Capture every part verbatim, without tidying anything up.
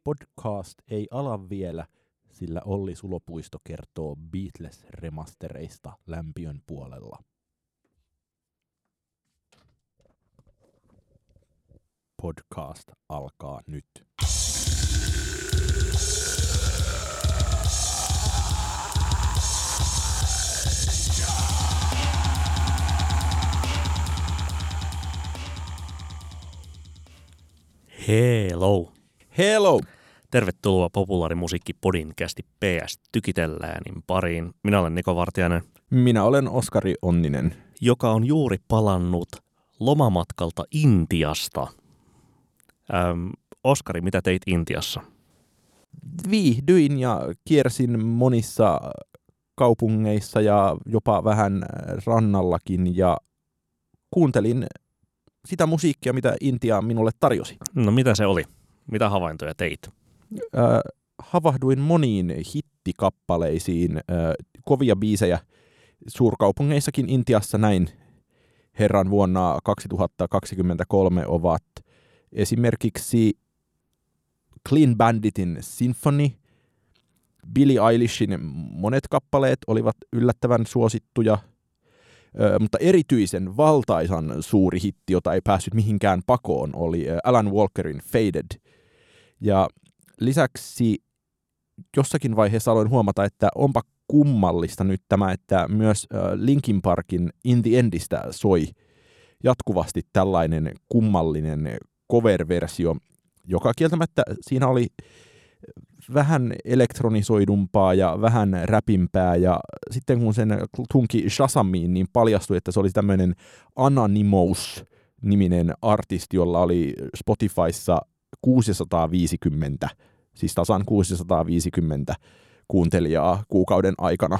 podcast ei ala vielä, sillä Olli Sulopuisto kertoo Beatles-remastereista lämpiön puolella. Podcast alkaa nyt. Hello. Hello! Tervetuloa populaarimusiikkipodinkästi P S Tykitelläänin pariin. Minä olen Niko Vartiainen. Minä olen Oskari Onninen. Joka on juuri palannut lomamatkalta Intiasta. Ähm, Oskari, mitä teit Intiassa? Viihdyin ja kiersin monissa kaupungeissa ja jopa vähän rannallakin ja kuuntelin sitä musiikkia, mitä Intia minulle tarjosi. No mitä se oli? Mitä havaintoja teit? Äh, havahduin moniin hittikappaleisiin, äh, kovia biisejä suurkaupungeissakin Intiassa näin herran vuonna kaksituhattakaksikymmentäkolme ovat esimerkiksi Clean Banditin Symphony, Billie Eilishin monet kappaleet olivat yllättävän suosittuja, Ö, mutta erityisen valtaisan suuri hitti, jota ei päässyt mihinkään pakoon, oli Alan Walkerin Faded. Ja lisäksi jossakin vaiheessa aloin huomata, että onpa kummallista nyt tämä, että myös Linkin Parkin In the Endistä soi jatkuvasti tällainen kummallinen cover-versio, joka kieltämättä siinä oli vähän elektronisoidumpaa ja vähän räpimpää, ja sitten kun sen tunki Shazamiin, niin paljastui, että se oli tämmöinen Anonymous-niminen artisti, jolla oli Spotifyssa kuusisataaviisikymmentä, siis tasan kuusisataaviisikymmentä kuuntelijaa kuukauden aikana.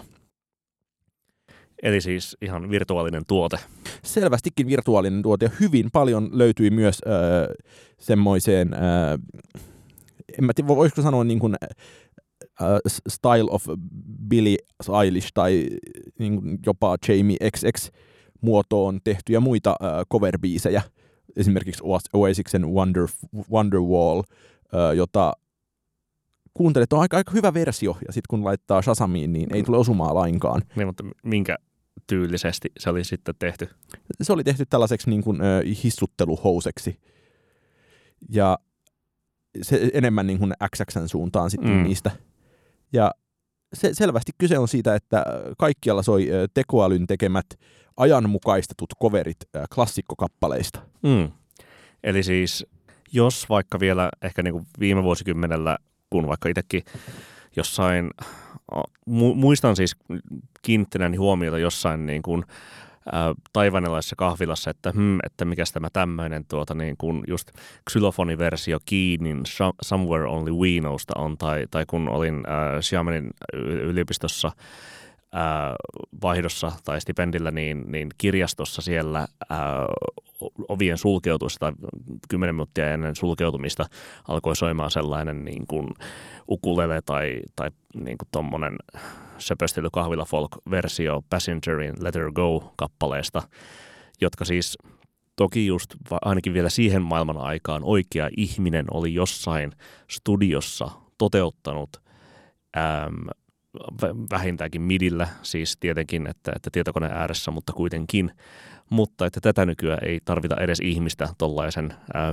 Eli siis ihan virtuaalinen tuote. Selvästikin virtuaalinen tuote, ja hyvin paljon löytyi myös äh, semmoiseen äh, en mä tiedä, voisiko sanoa niin kuin, uh, Style of Billie Eilish tai niin kuin jopa Jamie X X-muotoon tehtyjä muita uh, cover-biisejä, esimerkiksi Oasiksen Wonder, Wonderwall, uh, jota kuuntelet, on aika, aika hyvä versio, ja sitten kun laittaa Shazamiin, niin ei tule osumaan lainkaan. Niin, mutta minkä tyylisesti se oli sitten tehty? Se oli tehty tällaiseksi niin kuin, uh, hissutteluhouseksi, ja se enemmän niin kuin X X:n suuntaan sitten mm. niistä. Ja se, selvästi kyse on siitä, että kaikkialla soi tekoälyn tekemät ajanmukaistetut coverit klassikkokappaleista. Mm. Eli siis jos vaikka vielä ehkä niin kuin viime vuosikymmenellä, kun vaikka itsekin jossain, mu- muistan siis kiinnittäneeni huomiota jossain niin kuin taivanilaisessa kahvilassa, että, hmm, että mikäs tämä tämmöinen tuota, niin kuin just xylofoniversio Keenin Somewhere Only We Knowsta on, tai, tai kun olin äh, Xiamenin yliopistossa äh, vaihdossa tai stipendillä, niin, niin kirjastossa siellä äh, ovien sulkeutuessa tai kymmenen minuuttia ennen sulkeutumista alkoi soimaan sellainen niin kuin ukulele tai, tai niin kuin tommonen söpöstely kahvila folk-versio Passengerin Let Her Go-kappaleesta, jotka siis toki just ainakin vielä siihen maailman aikaan oikea ihminen oli jossain studiossa toteuttanut äm, vähintäänkin midillä, siis tietenkin, että, että tietokoneen ääressä, mutta kuitenkin, mutta että tätä nykyään ei tarvita edes ihmistä tollaisen ää,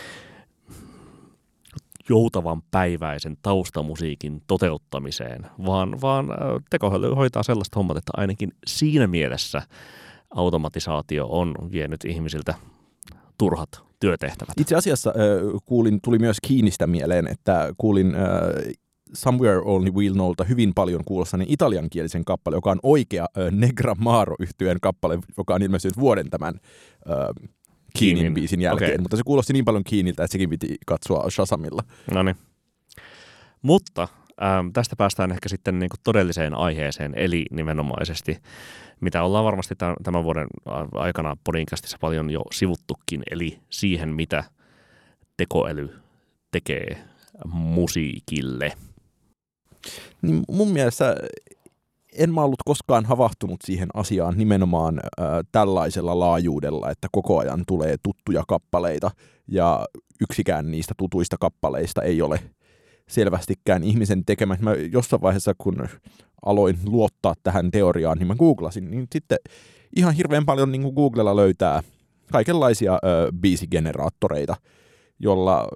joutavan päiväisen taustamusiikin toteuttamiseen, vaan, vaan tekoäly hoitaa sellaiset hommat, että ainakin siinä mielessä automatisaatio on vienyt ihmisiltä turhat työtehtävät. Itse asiassa äh, kuulin, tuli myös Keenistä mieleen, että kuulin äh, Somewhere Only We Knowlta hyvin paljon kuulostani italiankielisen kappale, joka on oikea äh, Negra Maro-yhtyeen kappale, joka on ilmestynyt vuoden tämän äh, Keenin biisin jälkeen, okay. Mutta se kuulosti niin paljon Keeniltä, että sekin piti katsoa Shazamilla. No niin. Mutta ähm, tästä päästään ehkä sitten niinku todelliseen aiheeseen, eli nimenomaisesti, mitä ollaan varmasti tämän, tämän vuoden aikana podcastissa paljon jo sivuttukin, eli siihen, mitä tekoäly tekee musiikille. Niin mun mielestä en mä ollut koskaan havahtunut siihen asiaan nimenomaan äh, tällaisella laajuudella, että koko ajan tulee tuttuja kappaleita ja yksikään niistä tutuista kappaleista ei ole selvästikään ihmisen tekemä. Mä jossain vaiheessa, kun aloin luottaa tähän teoriaan, niin mä googlasin, niin sitten ihan hirveän paljon niin kuin Googlella löytää kaikenlaisia ö, biisigeneraattoreita, jolla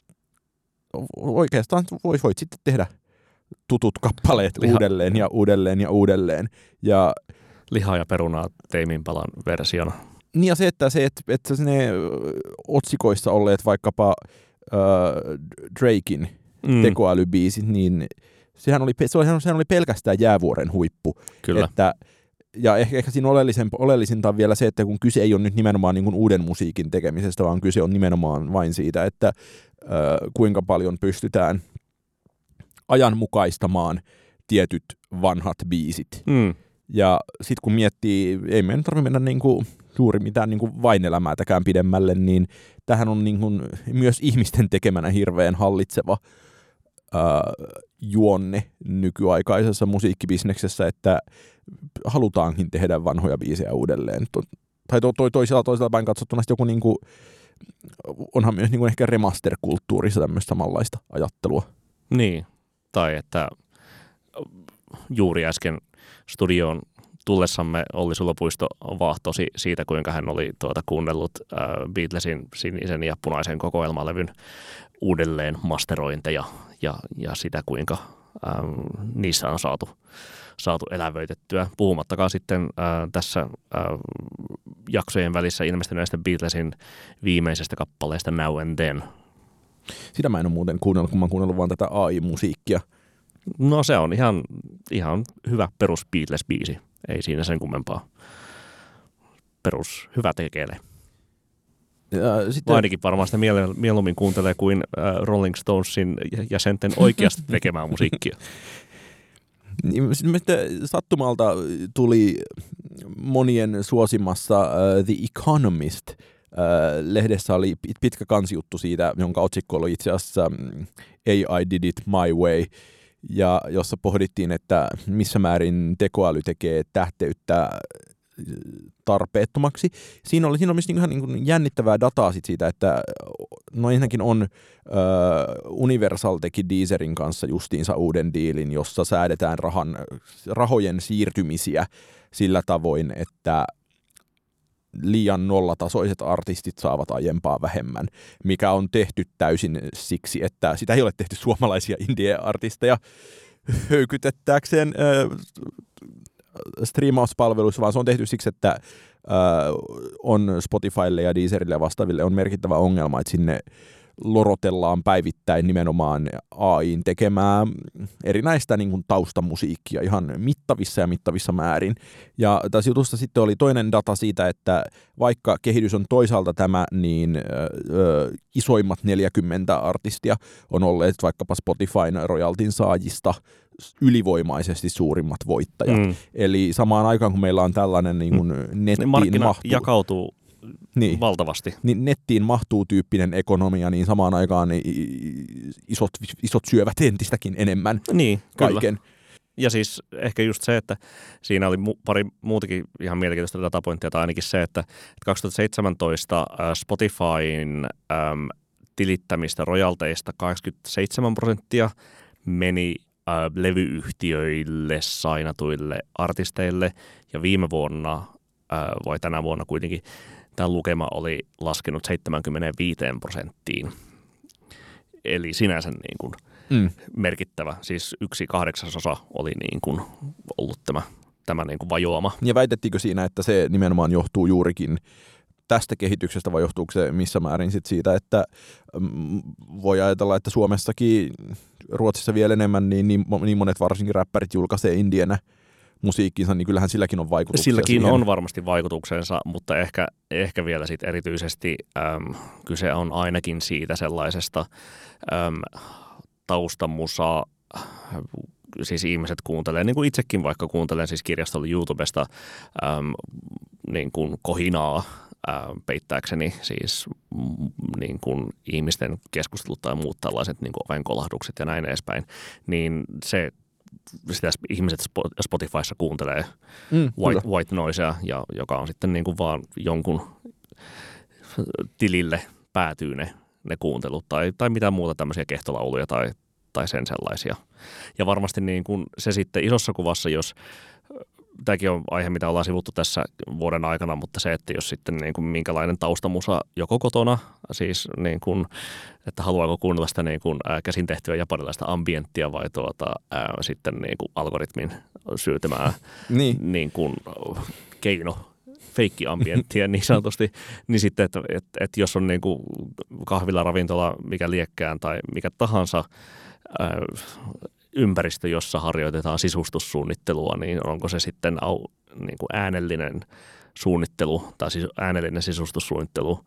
oikeastaan voit, voit sitten tehdä tutut kappaleet Liha. uudelleen ja uudelleen ja uudelleen. Ja lihaa ja perunaa teiminpalan versiona. Niin ja se, että, se, että, että ne otsikoissa olleet vaikkapa äh, Draken mm. tekoälybiisit, niin sehän oli, sehän oli pelkästään jäävuoren huippu. Kyllä. Että, ja ehkä, ehkä siinä oleellisinta on vielä se, että kun kyse ei ole nyt nimenomaan niin kuin uuden musiikin tekemisestä, vaan kyse on nimenomaan vain siitä, että äh, kuinka paljon pystytään ajanmukaistamaan tietyt vanhat biisit. Mm. Ja sitten kun miettii, ei meidän tarvitse mennä niinku juuri mitään niinku vainelämäätäkään pidemmälle, niin tähän on niinku myös ihmisten tekemänä hirveän hallitseva ää, juonne nykyaikaisessa musiikkibisneksessä, että halutaankin tehdä vanhoja biisejä uudelleen. To, tai to, to, toisella toisella päin katsottuna joku niinku, onhan myös niinku ehkä remaster-kulttuurissa tämmöistä samanlaista ajattelua. Niin, tai että juuri äsken studioon tullessamme Olli Sulopuisto vaahtosi siitä, kuinka hän oli tuota kuunnellut äh, Beatlesin sinisen ja punaisen kokoelmalevyn uudelleen masterointeja ja, ja sitä, kuinka ähm, niissä on saatu, saatu elävöitettyä. Puhumattakaan sitten äh, tässä äh, jaksojen välissä ilmestyneestä Beatlesin viimeisestä kappaleesta Now and Then. Sitä mä en ole muuten kuunnellut, kun mä oon kuunnellut vaan tätä A I-musiikkia. No se on ihan, ihan hyvä perus Beatles-biisi. Ei siinä sen kummempaa. Perus hyvä tekele. Ja sitten ainakin varmaan sitä mieluummin kuuntelee kuin äh, Rolling Stonesin jäsenten oikeasti tekemää musiikkia. Sattumalta tuli monien suosimassa uh, The Economist. Uh, lehdessä oli pitkä kansijuttu siitä, jonka otsikko oli itse asiassa A I Did It My Way. Ja jossa pohdittiin, että missä määrin tekoäly tekee tähteyttä tarpeettomaksi. Siinä oli, siinä oli ihan niin kuin jännittävää dataa sit siitä, että no ensinnäkin on äh, Universal teki Deezerin kanssa justiinsa uuden diilin, jossa säädetään rahan, rahojen siirtymisiä sillä tavoin, että liian nollatasoiset artistit saavat aiempaa vähemmän, mikä on tehty täysin siksi, että sitä ei ole tehty suomalaisia indie-artisteja höykytettääkseen äh, striimauspalveluissa, vaan se on tehty siksi, että äh, on Spotifylle ja Deezerille ja vastaaville on merkittävä ongelma, että sinne lorotellaan päivittäin nimenomaan A I:n tekemää erinäistä niin kuin taustamusiikkia ihan mittavissa ja mittavissa määrin. Ja tässä jutussa sitten oli toinen data siitä, että vaikka kehitys on toisaalta tämä, niin ö, isoimmat neljäkymmentä artistia on olleet vaikkapa Spotifyn royaltin saajista ylivoimaisesti suurimmat voittajat. Mm. Eli samaan aikaan, kun meillä on tällainen niin kuin nettiin markkina mahtuu, jakautuu niin, valtavasti. Niin nettiin mahtuu tyyppinen ekonomia, niin samaan aikaan niin isot, isot syövät entistäkin enemmän niin, kaiken. Kyllä. Ja siis ehkä just se, että siinä oli mu- pari muutakin ihan mielenkiintoista datapointtia, tai ainakin se, että kaksituhattaseitsemäntoista äh, Spotifyn ähm, tilittämistä rojalteista kahdeksankymmentäseitsemän prosenttia meni äh, levyyhtiöille, sainatuille artisteille, ja viime vuonna, äh, vai tänä vuonna kuitenkin, tämä lukema oli laskenut seitsemänkymmentäviisi prosenttiin. Eli sinänsä niin kuin mm. merkittävä. Siis yksi kahdeksasosa oli niin kuin ollut tämä, tämä niin kuin vajoama. Ja väitettiinkö siinä, että se nimenomaan johtuu juurikin tästä kehityksestä, vai johtuuko se missä määrin sit siitä, että mm, voi ajatella, että Suomessakin, Ruotsissa vielä enemmän, niin, niin, niin monet varsinkin räppärit julkaisee indienä musiikkiinsa, niin kyllähän silläkin on vaikutuksia. Silläkin siihen. On varmasti vaikutuksensa, mutta ehkä, ehkä vielä sit erityisesti äm, kyse on ainakin siitä sellaisesta äm, taustamusaa, siis ihmiset kuuntelee, niin kuin itsekin vaikka kuuntelen siis kirjastolla YouTubesta äm, niin kuin kohinaa äm, peittääkseni siis m, niin kuin ihmisten keskustelut tai muut tällaiset niin kuin ovenkolahdukset ja näin edespäin, niin se sitä ihmiset Spotifyssa kuuntelee mm, white, white noisea, ja joka on sitten niin kuin vaan jonkun tilille päätyy ne, ne kuuntelut tai, tai mitään muuta tämmöisiä kehtolauluja tai, tai sen sellaisia. Ja varmasti niin kuin se sitten isossa kuvassa, jos tämäkin on aihe, mitä ollaan sivuttu tässä vuoden aikana, mutta se, että jos sitten niin kuin minkälainen taustamusa joko kotona, siis niin kuin, että haluaako kuunnella sitä niin kuin ää, käsin tehtyä japanilaista ambienttia vai tuota, ää, sitten niin kuin algoritmin syytämää niin. niin kuin keino, feikki-ambienttia niin sanotusti, niin sitten, että, että, että jos on niin kuin kahvila, ravintola, mikä liekkään tai mikä tahansa, ää, ympäristö, jossa harjoitetaan sisustussuunnittelua, niin onko se sitten au, niin kuin äänellinen suunnittelu tai siis äänellinen sisustussuunnittelu,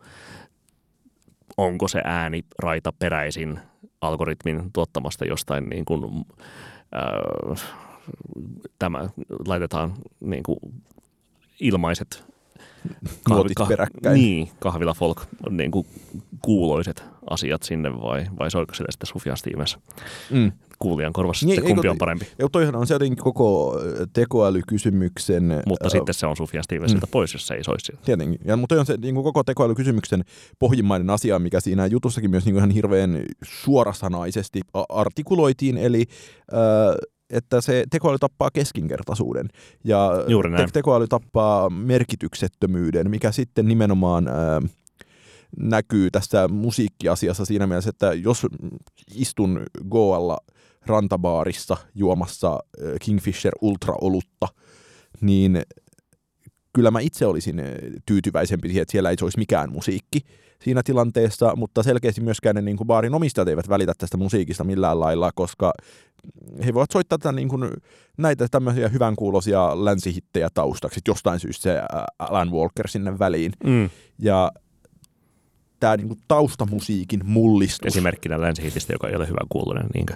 onko se ääniraita peräisin algoritmin tuottamasta jostain niin kuin, äh, tämä laitetaan niin kuin ilmaiset kahvi, peräkkäin. Niin, kahvila folk, niin kuin kuuloiset asiat sinne vai, vai soiko sille sitten Sufjan Stevens? Mm. Kuulijan korvassa niin, sitten, kumpi on parempi. Ja toihan on se jotenkin koko tekoälykysymyksen... Mutta äh, sitten se on Sufjan Stevensiltä mm. pois, jos se ei soisi siltä. Tietenkin. Ja, mutta on se niin kuin koko tekoälykysymyksen pohjimmainen asia, mikä siinä jutussakin myös niin kuin ihan hirveän suorasanaisesti artikuloitiin, eli äh, että se tekoäly tappaa keskinkertaisuuden ja te- tekoäly tappaa merkityksettömyyden, mikä sitten nimenomaan... Äh, näkyy tässä musiikkiasiassa siinä mielessä, että jos istun Goalla rantabaarissa juomassa Kingfisher Ultra-olutta, niin kyllä mä itse olisin tyytyväisempi siihen, että siellä ei olisi mikään musiikki siinä tilanteessa, mutta selkeästi myöskään ne niin kuin baarin omistajat eivät välitä tästä musiikista millään lailla, koska he voivat soittaa tämän, niin kuin, näitä tämmöisiä hyvänkuuloisia länsihittejä taustaksi, jostain syystä se Alan Walker sinne väliin. Mm. Ja tämä niinku taustamusiikin mullistus. Esimerkkinä länsihitistä, joka ei ole hyvä kuuloinen, niinkö?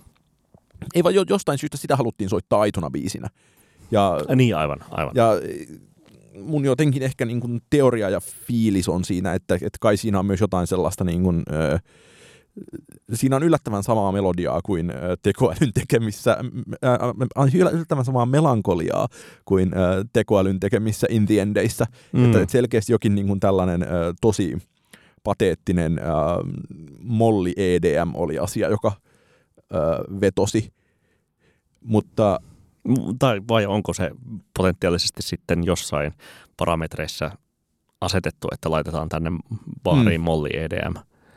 Ei vaan jostain syystä sitä haluttiin soittaa aitona biisinä. Ja, niin, aivan, aivan. Ja mun jotenkin ehkä niinku teoria ja fiilis on siinä, että, että kai siinä on myös jotain sellaista, niinku, ö, siinä on yllättävän samaa melodiaa kuin ö, tekoälyn tekemissä, on yllättävän samaa melankoliaa kuin ö, tekoälyn tekemissä In the Endeissä. Mm. Että, että selkeästi jokin niinku tällainen ö, tosi... pateettinen äh, molli E D M oli asia, joka äh, vetosi, mutta... Tai vai onko se potentiaalisesti sitten jossain parametreissa asetettu, että laitetaan tänne baariin mm. molli E D M?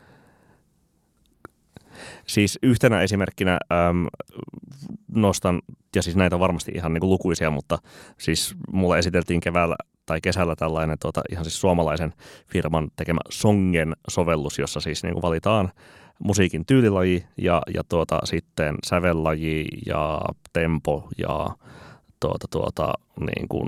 Siis yhtenä esimerkkinä äm, nostan, ja siis näitä on varmasti ihan niin kuin lukuisia, mutta siis mulle esiteltiin keväällä tai kesällä tällainen tuota, ihan siis suomalaisen firman tekemä Songen-sovellus, jossa siis niin kuin valitaan musiikin tyylilaji ja, ja tuota, sitten sävellaji ja tempo ja tuota, tuota, niin kuin,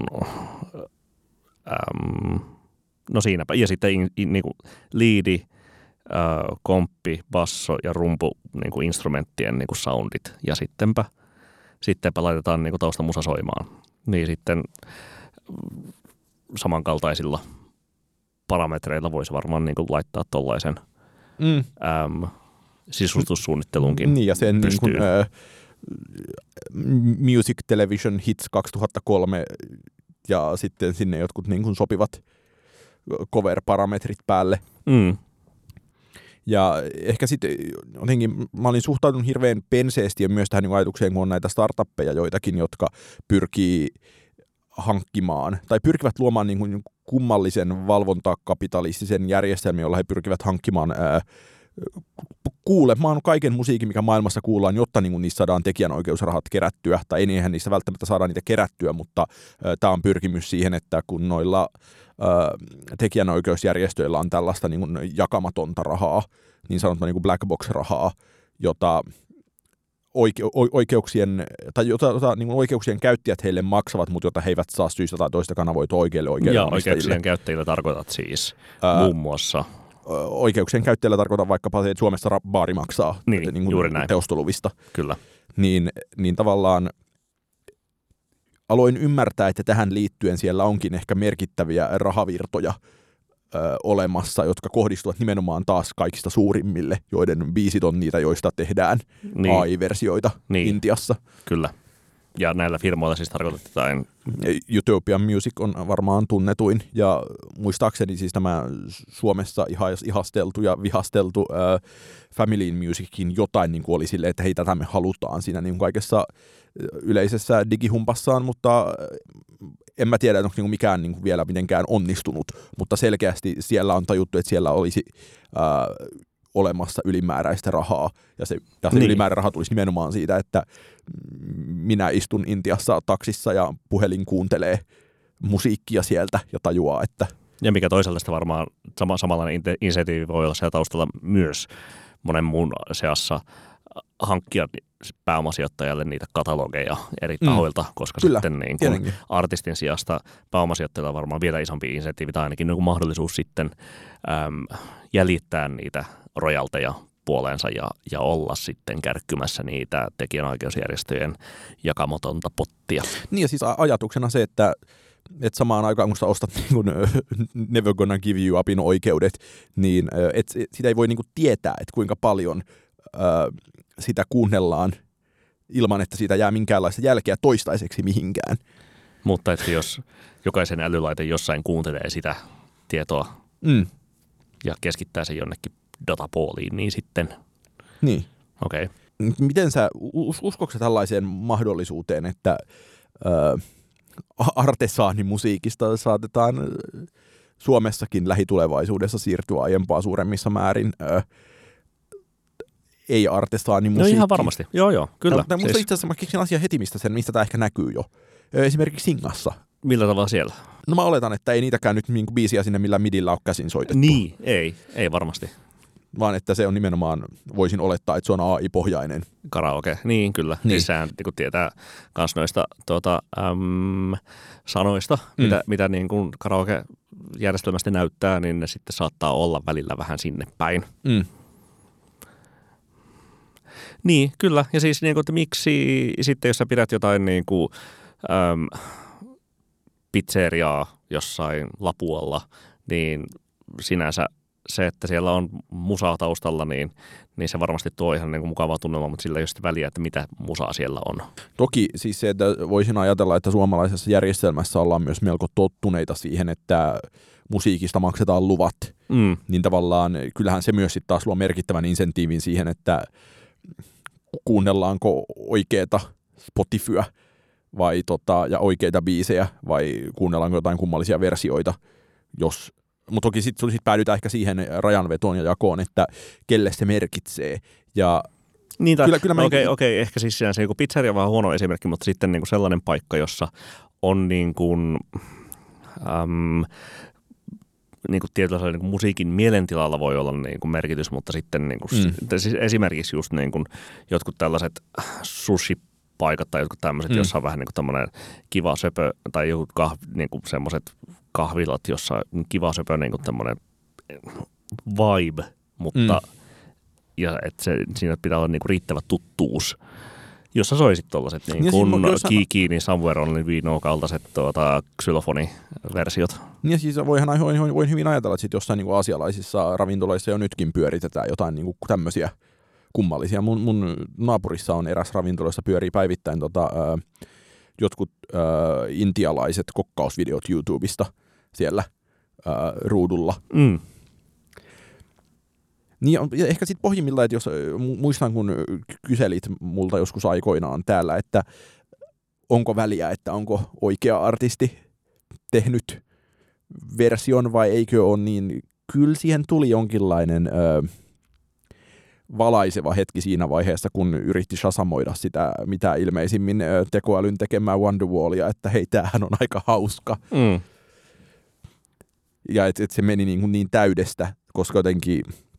äm, no siinäpä. Ja sitten in, in, niin kuin liidi, äh, komppi, basso ja rumpu niin kuin instrumenttien niin kuin soundit ja sittenpä, sittenpä laitetaan niin kuin taustamusa soimaan. Niin sitten samankaltaisilla parametreilla voisi varmaan niin kuin laittaa tollaisen mm. äm, sisustussuunnittelunkin niin, ja sen niin kuin, äh, Music Television Hits kaksituhattakolme ja sitten sinne jotkut niin kuin sopivat cover-parametrit päälle. Mm. Ja ehkä sitten jotenkin mä olin suhtautunut hirveän penseesti ja myös tähän niin ajatukseen, kun on näitä startuppeja joitakin, jotka pyrkii hankkimaan tai pyrkivät luomaan niin kuin kummallisen valvontakapitalistisen järjestelmän, jolla he pyrkivät hankkimaan ää, kuulemaan kaiken musiikin, mikä maailmassa kuullaan, jotta niin kuin niistä saadaan tekijänoikeusrahat kerättyä, tai ei niihin niistä välttämättä saada niitä kerättyä, mutta tämä on pyrkimys siihen, että kun noilla ää, tekijänoikeusjärjestöillä on tällaista niin kuin jakamatonta rahaa, niin sanotaan niin kuin black box-rahaa, jota Oike- oikeuksien, tai jota, jota niin oikeuksien käyttäjät heille maksavat, mutta jota he eivät saa syystä tai toista kanavoitua oikeille oikeille ja oikeuksien käyttäjillä tarkoitat siis ää, muun muassa. Oikeuksien käyttäjillä tarkoitan vaikkapa, että Suomessa baari maksaa niin, niin juuri näin. Teostoluvista. Kyllä. Niin, niin tavallaan aloin ymmärtää, että tähän liittyen siellä onkin ehkä merkittäviä rahavirtoja ö, olemassa, jotka kohdistuvat nimenomaan taas kaikista suurimmille, joiden biisit on niitä, joista tehdään niin. A I-versioita niin. Intiassa. Kyllä. Ja näillä firmoilla siis tarkoitetaan... Utopian Music on varmaan tunnetuin, ja muistaakseni siis tämä Suomessa ihasteltu ja vihasteltu äh, Family Musicin jotain niin kuin oli silleen, että hei, tätä me halutaan siinä niin kuin kaikessa yleisessä digihumpassaan, mutta en mä tiedä, onko niin kuin mikään niin kuin vielä mitenkään onnistunut, mutta selkeästi siellä on tajuttu, että siellä olisi äh, olemassa ylimääräistä rahaa, ja se, ja se niin. ylimääräinen raha tulisi nimenomaan siitä, että minä istun Intiassa taksissa ja puhelin kuuntelee musiikkia sieltä ja tajuaa, että... Ja mikä toisaalta sitä varmaan sama, samanlainen insentiivi voi olla siellä taustalla myös monen muun seassa hankkia pääomasijoittajalle niitä katalogeja eri tahoilta, mm. koska Kyllä, sitten niin kuin artistin sijasta pääomasijoittajalla on varmaan vielä isompi insentiivi tai ainakin niin kuin mahdollisuus sitten äm, jäljittää niitä rojalteja puoleensa ja, ja olla sitten kärkkymässä niitä tekijänoikeusjärjestöjen jakamatonta pottia. Niin ja siis ajatuksena se, että, että samaan aikaan kun sä ostat niin kuin Never Gonna Give You Upin oikeudet, niin et, sitä ei voi niin kuin tietää, että kuinka paljon äh, sitä kuunnellaan ilman, että siitä jää minkäänlaista jälkeä toistaiseksi mihinkään. Mutta että jos jokaisen älylaite jossain kuuntelee sitä tietoa mm. ja keskittää sen jonnekin datapooliin, niin sitten... Niin. Okei. Okay. Miten sä, uskotko tällaiseen mahdollisuuteen, että äh, artesaanimusiikista saatetaan Suomessakin lähitulevaisuudessa siirtyä aiempaa suuremmissa määrin äh, ei-artesaanimusiikkiin? No ihan varmasti. Joo, joo, kyllä. No, musta siis... itse asiassa mä keksin asian heti, mistä sen, mistä tämä ehkä näkyy jo. Esimerkiksi Singassa. Millä tavalla siellä? No mä oletan, että ei niitäkään nyt niin biisiä sinne millään midillä ole käsin soitettu. Niin, ei, ei varmasti. Vaan että se on nimenomaan, voisin olettaa, että se on A I-pohjainen. Karaoke, niin kyllä. Niin. Siis sehän niin tietää myös noista tuota, äm, sanoista, mm. mitä, mitä niin kuin karaoke-järjestelmästä näyttää, niin ne sitten saattaa olla välillä vähän sinne päin. Mm. Niin, kyllä. Ja siis niin kuin, että miksi sitten, jos sä pidät jotain niin kuin, äm, pizzeriaa jossain Lapualla, niin sinänsä se, että siellä on musaa taustalla, niin, niin se varmasti tuo ihan niin kuin mukavaa tunnelmaa, mutta sillä ei ole sitten väliä, että mitä musaa siellä on. Toki siis se, että voisin ajatella, että suomalaisessa järjestelmässä ollaan myös melko tottuneita siihen, että musiikista maksetaan luvat, mm. niin tavallaan kyllähän se myös sitten taas luo merkittävän insentiivin siihen, että kuunnellaanko oikeata Spotifyä vai tota, ja oikeita biisejä vai kuunnellaanko jotain kummallisia versioita, jos mutta toki sitten sit päädytään ehkä siihen rajanvetoon ja jakoon, että kelle se merkitsee. Ja niin, kyllä, kyllä okei, okay, okei, okay, ehkä siis se joku pizzeria on vähän huono esimerkki, mutta sitten niin kuin sellainen paikka, jossa on niin kuin, äm, niin kuin tietyllä niin kuin musiikin mielentilalla voi olla niin kuin merkitys, mutta sitten niin kuin, mm. siis esimerkiksi just niin kuin jotkut tällaiset sushi-paikat tai jotkut tämmöiset, mm. jossa on vähän niin kuin tämmöinen kiva söpö tai joku kahvi, niin kuin semmoiset kahvilat, jossa on kiva söpö niin kuin tämmöinen vibe, mutta mm. ja että se, siinä pitää olla niin kuin riittävä tuttuus, jossa soisit tuollaiset niin kuin Kikini, Somewhere Only We Know-kaltaiset tuota, xylofoniversiot. Niin ja siis voihan, voin, voin hyvin ajatella, että sit jossain niin kuin aasialaisissa ravintoloissa jo nytkin pyöritetään jotain niin kuin tämmöisiä kummallisia. Mun, mun naapurissa on eräs ravintoloissa pyörii päivittäin tota, ää, jotkut ää, intialaiset kokkausvideot YouTubesta siellä ää, ruudulla. Mm. Niin, ja ehkä sitten pohjimmillaan, että jos muistan, kun kyselit multa joskus aikoinaan täällä, että onko väliä, että onko oikea artisti tehnyt version vai eikö ole, niin kyllä siihen tuli jonkinlainen ö, valaiseva hetki siinä vaiheessa, kun yritti shasamoida sitä mitä ilmeisimmin ö, tekoälyn tekemää Wonderwallia, että hei, tämähän on aika hauska. Mm. Ja että et se meni niin, niin täydestä, koska jotenkin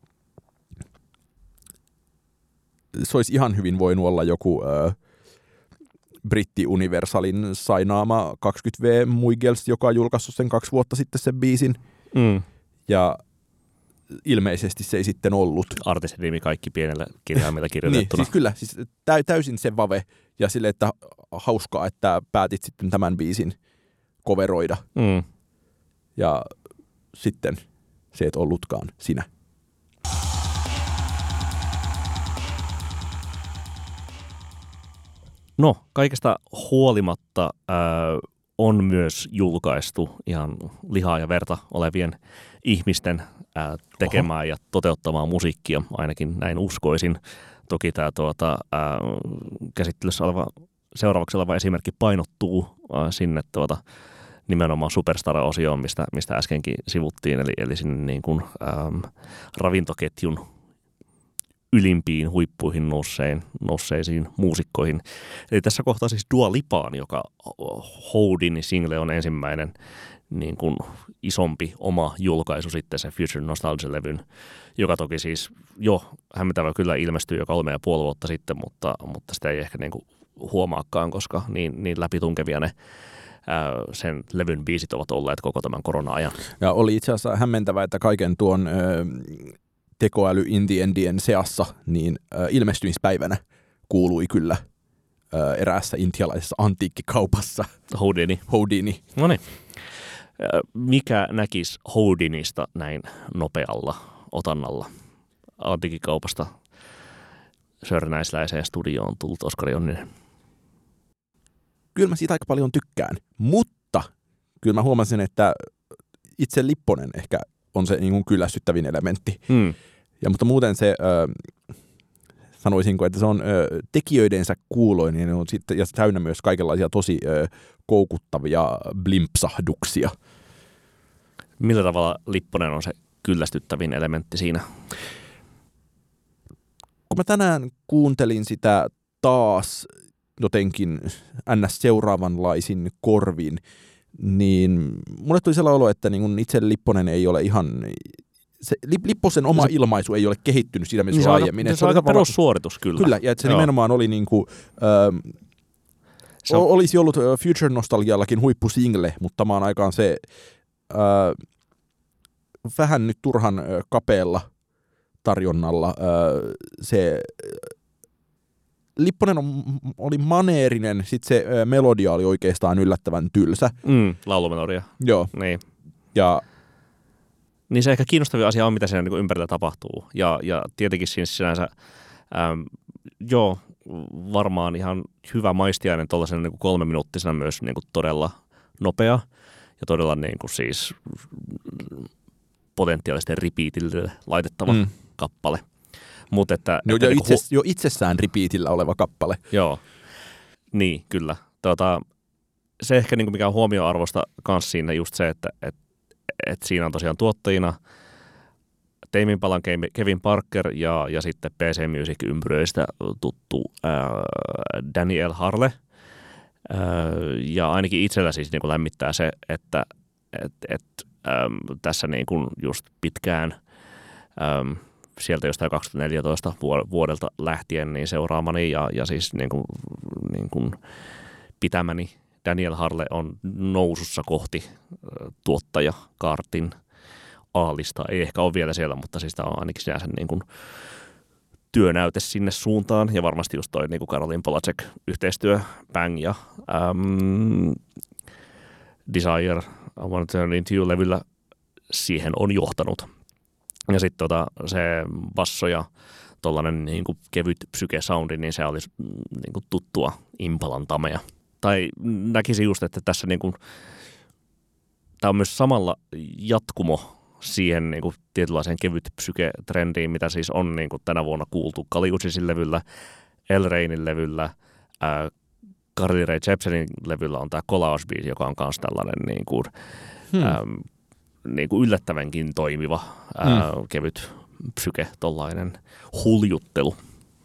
se olisi ihan hyvin voinut olla joku ö, Britti Universalin sainaama kaksikymmentä vuotias Muigels, joka on julkaissut sen kaksi vuotta sitten sen biisin. Mm. Ja ilmeisesti se ei sitten ollut. Artistin nimi kaikki pienellä kirjaimella kirjoitettuna. Niin, siis kyllä, siis täy, täysin se vave ja sille, että hauskaa, että päätit sitten tämän biisin coveroida. Mm. Ja sitten se et ollutkaan sinä. No, kaikesta huolimatta ää, on myös julkaistu ihan lihaa ja verta olevien ihmisten ää, tekemää Oho. ja toteuttamaa musiikkia, ainakin näin uskoisin. Toki tämä tuota, ää, käsittelyssä oleva, seuraavaksi oleva esimerkki painottuu ää, sinne tuota, nimenomaan Superstar-osioon, mistä, mistä äskenkin sivuttiin, eli, eli sinne niin kuin, äm, ravintoketjun ylimpiin huippuihin noussein, nousseisiin muusikkoihin. Eli tässä kohtaa siis Dua Lipaan, joka Houdini single on ensimmäinen niin kuin isompi oma julkaisu sitten sen Future Nostalgia-levyn, joka toki siis jo hämmentävä kyllä ilmestyi jo kolme ja puoli vuotta sitten, mutta, mutta sitä ei ehkä niin kuin huomaakaan, koska niin, niin läpitunkevia ne sen levyn biisit ovat olleet koko tämän korona-ajan. Ja oli itse asiassa hämmentävää, että kaiken tuon ö, tekoäly-indiendien seassa niin ö, ilmestymispäivänä kuului kyllä ö, eräässä intialaisessa antiikkikaupassa. Houdini. Houdini. No niin. Mikä näkisi Houdinista näin nopealla otannalla antiikkikaupasta Sörnäisläiseen studioon tullut Oskari Onninen? Kyllä mä siitä aika paljon tykkään, mutta kyllä mä huomasin, että itse Lipponen ehkä on se niin kuin kyllästyttävin elementti. Hmm. Ja, mutta muuten se, äh, sanoisinko, että se on äh, tekijöidensä kuuloinen on sitten, ja täynnä myös kaikenlaisia tosi äh, koukuttavia blimpsahduksia. Millä tavalla Lipponen on se kyllästyttävin elementti siinä? Kun mä tänään kuuntelin sitä taas jotenkin ns. Seuraavanlaisin korvin, niin mulle tuli sellainen olo, että niin itse Lipponen ei ole ihan, se, Lipposen oma se, ilmaisu ei ole kehittynyt siinä mielessä niin aiemmin. Se, se on aika perussuoritus kyllä. Kyllä, ja että se Joo. nimenomaan oli niin kuin, äh, se on, olisi ollut Future Nostalgiallakin huippusingle, mutta samaan aikaan se äh, vähän nyt turhan äh, kapealla tarjonnalla äh, se Lipponen on, oli maneerinen, sitten se ö, melodia oli oikeastaan yllättävän tylsä. Mm, laulumelodia. Joo. Niin. Ja niin se ehkä kiinnostavia asia on, mitä siinä niin ympärillä tapahtuu. Ja, ja tietenkin siinä sinänsä, äm, joo, varmaan ihan hyvä maistiainen tuollaisen niin kolmeminuuttisena myös niin kuin todella nopea ja todella niin kuin siis potentiaalisten repeatille laitettava mm. kappale. Mut että, jo, että jo, niinku itse, hu- jo itsessään repeatillä oleva kappale. Joo, niin kyllä. Tota, se ehkä niinku mikä on huomioarvosta kanssa siinä just se, että et, et siinä on tosiaan tuottajina Tame Impalan Kevin Parker ja, ja sitten P C Music-ympyröistä tuttu ää, Daniel Harle. Ää, ja ainakin itsellä siis niinku lämmittää se, että et, et, äm, tässä niinku just pitkään äm, sieltä jostain kaksituhattaneljätoista vuodelta lähtien niin seuraamani ja, ja siis niin kuin, niin kuin pitämäni Daniel Harle on nousussa kohti tuottajakaartin A-lista. Ei ehkä ole vielä siellä, mutta siis tämä on ainakin sinänsä niin kuin työnäyte sinne suuntaan. Ja varmasti just toi niin kuin Caroline Polacek-yhteistyö, Bang ja äm, Desire, I Want to Turn Into You-levyllä siihen on johtanut. Ja sitten tota, se basso ja tollainen niin kuin kevyt psyke-soundi, niin se olisi niin kuin tuttua Impalan tamea. Tai näkisin just, että tässä niin kuin, tämä on myös samalla jatkumo siihen niin kuin tietynlaiseen kevyt psyke-trendiin, mitä siis on niin kuin tänä vuonna kuultu Kali Uchisin levyllä, El Reinin levyllä, ää, Carly Rae Jepsenin levyllä on tämä Collage-biisi, joka on myös tällainen niin kuin, hmm. äm, niin kuin yllättävänkin toimiva ää, hmm. kevyt psyke, tollainen huljuttelu.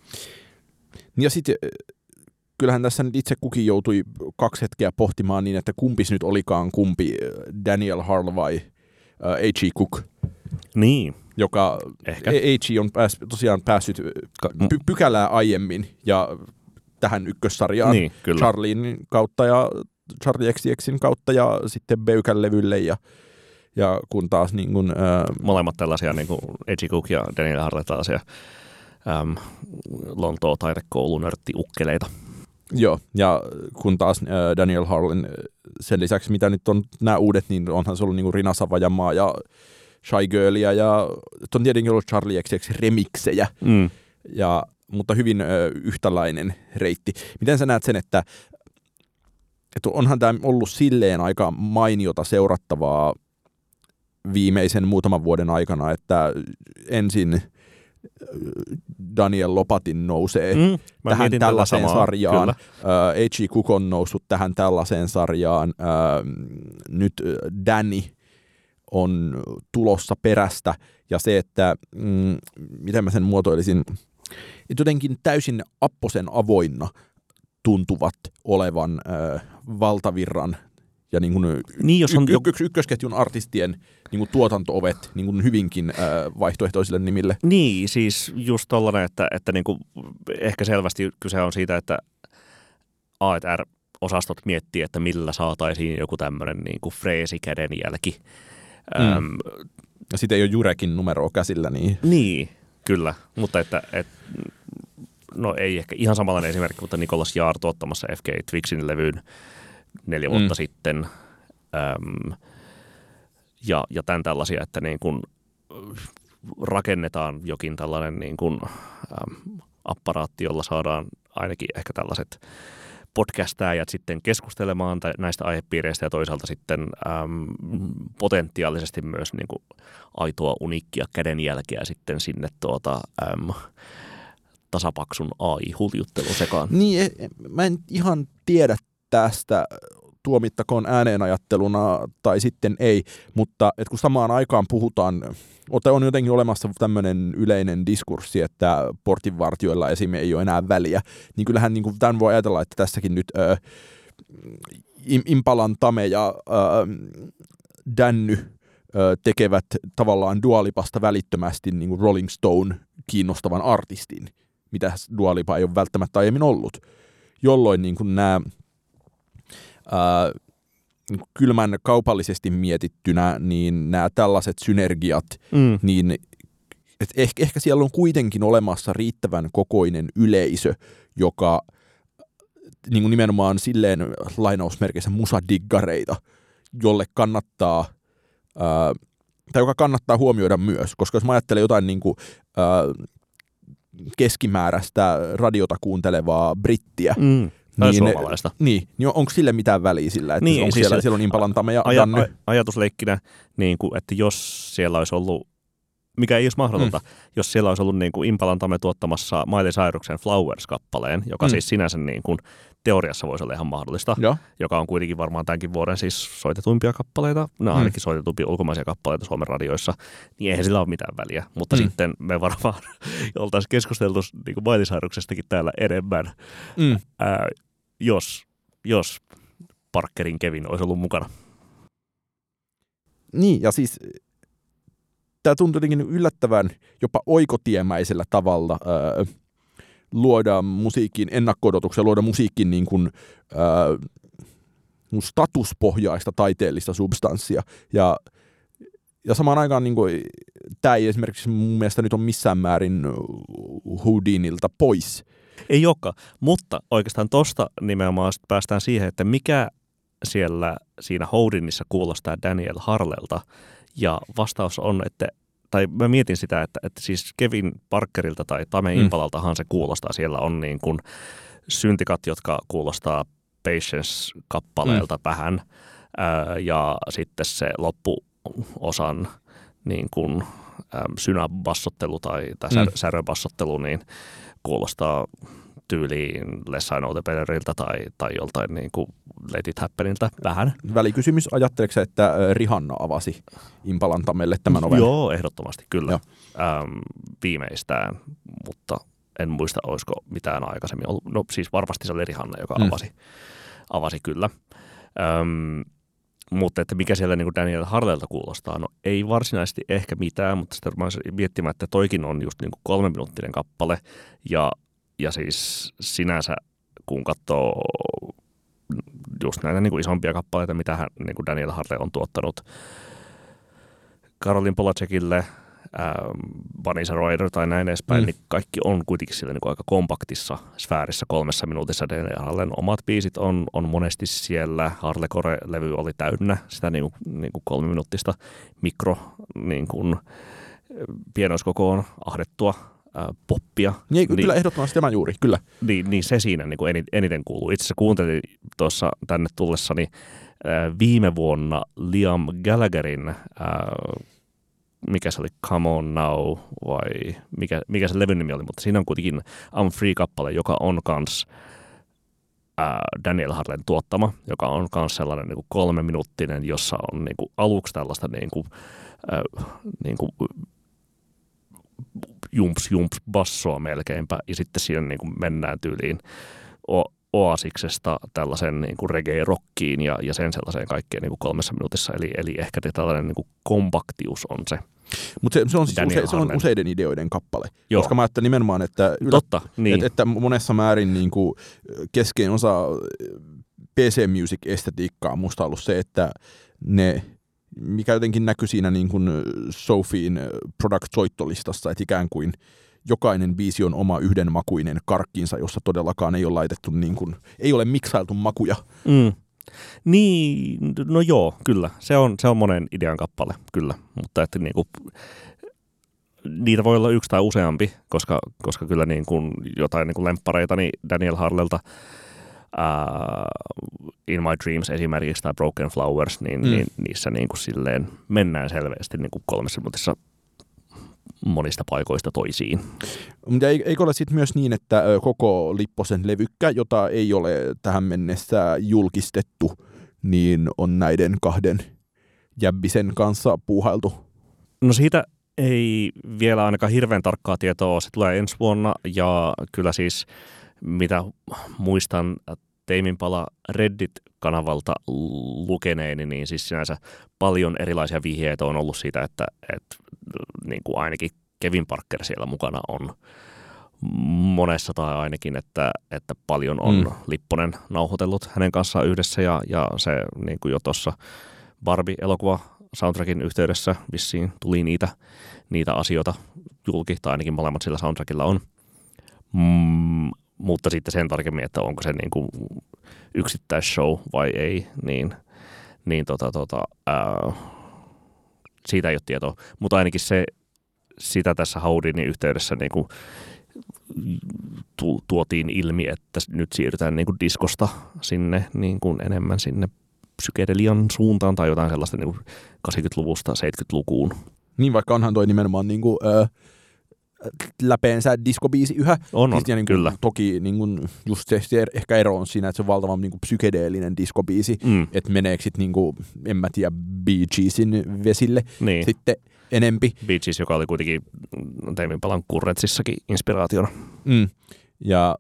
Ja sitten kyllähän tässä nyt itse kukin joutui kaksi hetkeä pohtimaan niin, että kumpis nyt olikaan kumpi, Daniel Harle vai H E. Cook. Niin. Joka Ehkä. H E. on pääs, tosiaan päässyt py- pykälää aiemmin ja tähän ykkössarjaan niin, Charlien kautta ja Charlie X C Xin kautta ja sitten Beukän levylle ja Ja kun taas niin kun, ää... molemmat tällaisia niin kuin Edgy Cook ja Daniel Harle tällaisia äm, Lontoon taidekoulun nörttiukkeleita. Joo, ja kun taas ää, Daniel Harlen sen lisäksi, mitä nyt on nämä uudet, niin onhan se ollut niin kuin Rina Savajamaa ja Shy Girlia ja on tietenkin ollut Charlie X C X remiksejä. Mm. Ja mutta hyvin ö, yhtäläinen reitti. Miten sä näet sen, että, että onhan tämä ollut silleen aika mainiota seurattavaa viimeisen muutaman vuoden aikana, että ensin Daniel Lopatin nousee mm, tähän tällaiseen sarjaan. Uh, H. Cook on noussut tähän tällaiseen sarjaan. Uh, nyt Danny on tulossa perästä. Ja se, että mm, miten mä sen muotoilisin, että jotenkin täysin apposen avoinna tuntuvat olevan uh, valtavirran ja niin kuin niin, jos on y- y- ykkösketjun artistien niin kuin tuotanto-ovet niin kuin hyvinkin äh, vaihtoehtoisille nimille. Niin, siis just tollainen, että, että niin kuin ehkä selvästi kyse on siitä, että A ja R-osastot miettii, että millä saataisiin joku tämmöinen niin kuin freesi kädenjälki. Mm. Ähm, ja sitten ei ole Jurekin numeroa käsillä. Niin, niin kyllä, mutta että, että no ei ehkä ihan samanlainen esimerkki, mutta Nicolas Jaar tuottamassa F K Twixin levyyn neljä vuotta mm. sitten, äm, ja, ja tämän tällaisia, että niin kuin rakennetaan jokin tällainen niin kuin, äm, apparaatti, jolla saadaan ainakin ehkä tällaiset podcastajat sitten keskustelemaan näistä aihepiireistä ja toisaalta sitten äm, potentiaalisesti myös niin kuin aitoa uniikkia kädenjälkeä sitten sinne tuota, äm, tasapaksun A I-huljuttelun sekaan. Niin, mä en ihan tiedä tästä, tuomittakoon ääneenajatteluna tai sitten ei, mutta et kun samaan aikaan puhutaan, on jotenkin olemassa tämmöinen yleinen diskurssi, että portinvartijoilla esim. Ei ole enää väliä, niin kyllähän niin kuin tämän voi ajatella, että tässäkin nyt äh, Impalan Tame ja äh, Danny äh, tekevät tavallaan Dua Lipasta välittömästi niin kuin Rolling Stone kiinnostavan artistin, mitä Dua Lipa ei ole välttämättä aiemmin ollut, jolloin niin kuin nämä Äh, kylmän kaupallisesti mietittynä, niin nämä tällaiset synergiat, mm. niin et ehkä, ehkä siellä on kuitenkin olemassa riittävän kokoinen yleisö, joka niin kuin nimenomaan silleen lainausmerkeissä musadiggareita, jolle kannattaa, äh, tai joka kannattaa huomioida myös, koska jos mä ajattelen jotain niin kuin, äh, keskimääräistä radiota kuuntelevaa brittiä, mm. Tai niin, suomalaista. Niin, niin onko sille mitään väliä sillä, että niin, onko siis siellä, siellä on Impalan Tame ja aja, Danny? Ajatusleikkinä, niin kuin, että jos siellä olisi ollut, mikä ei olisi mahdotonta, mm. jos siellä olisi ollut niin kuin Impalan Tame tuottamassa Miley Cyrusen Flowers-kappaleen, joka mm. siis sinänsä niin kuin teoriassa voisi olla ihan mahdollista, ja. joka on kuitenkin varmaan tämänkin vuoden siis soitetuimpia kappaleita, nämä on mm. ainakin soitetumpia ulkomaisia kappaleita Suomen radioissa, niin eihän sillä ole mitään väliä. Mutta mm. sitten me varmaan oltaisiin keskusteltu niin kuin Miley Cyrusestakin täällä enemmän, mm. ää, jos, jos Parkerin Kevin olisi ollut mukana. Niin, ja siis tämä tuntuu jotenkin yllättävän jopa oikotiemäisellä tavalla ää, luoda musiikkiin ennakko-odotuksia, luoda musiikkiin niin kuin, ää, statuspohjaista taiteellista substanssia. Ja, ja samaan aikaan niin kuin, tämä ei esimerkiksi mun mielestä nyt ole missään määrin Houdinilta pois. Ei olekaan, mutta oikeastaan tuosta nimenomaan päästään siihen, että mikä siellä siinä Houdinissa kuulostaa Daniel Harlelta. Ja vastaus on, että tai mä mietin sitä, että, että siis Kevin Parkerilta tai Tame Impalaltahan se kuulostaa. Siellä on niin kuin syntikat, jotka kuulostaa Patience-kappaleelta mm. vähän. Ää, ja sitten se loppuosan niin kuin äm, synäbassottelu tai, tai mm. säröbassottelu niin kuulostaa tyyliin Less I Know The Betteriltä tai, tai joltain niin kuin Let It Happeniltä vähän. Välikysymys, ajatteleeko se, että Rihanna avasi Impalan Tamelle tämän oven? Joo, ehdottomasti kyllä. Ähm, viimeistään, mutta en muista, olisiko mitään aikaisemmin ollut. No siis varmasti se oli Rihanna, joka mm. avasi, avasi kyllä. Ähm, mutta että mikä siellä niin kuin Daniel Harlelta kuulostaa, no ei varsinaisesti ehkä mitään, mutta sitten mä olisin miettimään, että toikin on just niin kuin kolmeminuuttinen kappale ja Ja siis sinänsä, kun katsoo just näitä niin kuin isompia kappaleita, mitä hän, niin kuin Daniel Harle on tuottanut Caroline Polachekille, ähm, Vanessa Ryder tai näin edespäin, mm. niin kaikki on kuitenkin sillä niin kuin aika kompaktissa sfäärissä kolmessa minuutissa. Daniel Harlen omat biisit on, on monesti siellä. Harlecore-levy oli täynnä sitä niin kuin, niin kuin kolmiminuuttista mikro niin kuin pienoiskokoon ahdettua äh, poppia. Niin, niin, kyllä ehdottomasti tämä juuri, kyllä. Niin, niin se siinä niin kuin eniten kuuluu. Itse asiassa kuuntelin tuossa tänne tullessani äh, viime vuonna Liam Gallagherin, äh, mikä se oli, Come On Now, vai mikä, mikä se levyn nimi oli, mutta siinä on kuitenkin I'm Free-kappale, joka on kans Daniel Harlen tuottama, joka on myös sellainen niin kuin kolmeminuuttinen, jossa on niin kuin aluksi tällaista niin kuin, äh, niin kuin jumps jumps bassoa melkeinpä, ja sitten siinä niin kuin mennään tyyliin o- Oasiksesta tällaisen niin kuin reggae-rockiin ja, ja sen sellaiseen kaikkeen niin kuin kolmessa minuutissa, eli, eli ehkä tällainen niin kuin kompaktius on se. Mutta se, se on siis use, se on useiden ideoiden kappale, Joo. koska mä ajattelen nimenomaan, että, ylä, Totta, niin. että, että monessa määrin niin kuin keskeinen osa P C Music-estetiikkaa on musta ollut se, että ne, mikä jotenkin näkyy siinä niin kuin Sophien product-soittolistassa, että ikään kuin jokainen biisi on oma yhdenmakuinen karkkinsa, jossa todellakaan ei ole laitettu, niin kuin, ei ole miksailtu makuja. Mm. Niin, no joo, kyllä. Se on, se on monen idean kappale, kyllä. Mutta että niinku, niitä voi olla yksi tai useampi, koska, koska kyllä niin kuin jotain niin kuin lemppareita niin Daniel Harlelta, uh, In My Dreams esimerkiksi tai Broken Flowers, niin, mm. niin niissä niin kuin silleen mennään selvästi niin kuin kolmessa minuutissa monista paikoista toisiin. Mutta eikö ole sitten myös niin, että koko Lipposen levykkä, jota ei ole tähän mennessä julkistettu, niin on näiden kahden jäbbisen kanssa puuhailtu? No siitä ei vielä ainakaan hirveän tarkkaa tietoa. Se tulee ensi vuonna ja kyllä siis mitä muistan Tame Impala Reddit-kanavalta lukeneeni, niin siis sinänsä paljon erilaisia vihjeitä on ollut siitä, että, että niin kuin ainakin Kevin Parker siellä mukana on monessa tai ainakin, että, että paljon on mm. Lipponen nauhoitellut hänen kanssaan yhdessä ja, ja se niin kuin jo tuossa Barbie-elokuva soundtrackin yhteydessä vissiin tuli niitä, niitä asioita julki, tai ainakin molemmat sillä soundtrackilla on. Mm, mutta sitten sen tarkemmin, että onko se niin kuin yksittäisshow vai ei, niin, niin tota, tota, ää, siitä ei ole tietoa. Mutta ainakin se, sitä tässä Houdinin yhteydessä niin kuin tu, tuotiin ilmi, että nyt siirrytään niin kuin diskosta sinne niin kuin enemmän sinne psykedelian suuntaan tai jotain sellaista niin kuin kahdeksankymmentäluvusta seitsemänkymmentälukuun. Niin, vaikka onhan toi nimenomaan niin kuin, äh, läpeensä diskobiisi yhä. On, on ja niin kuin, kyllä. Toki niin kuin, just se, se ehkä ero on siinä, että se on valtavan niin kuin psykedeellinen diskobiisi, mm. että meneekö sitten, niin kuin, en mä tiedä, Bee Geesin vesille niin. sitten enempi. Bee Gees, joka oli kuitenkin Tame Impalan Kurretsissakin inspiraationa. Mm. Ja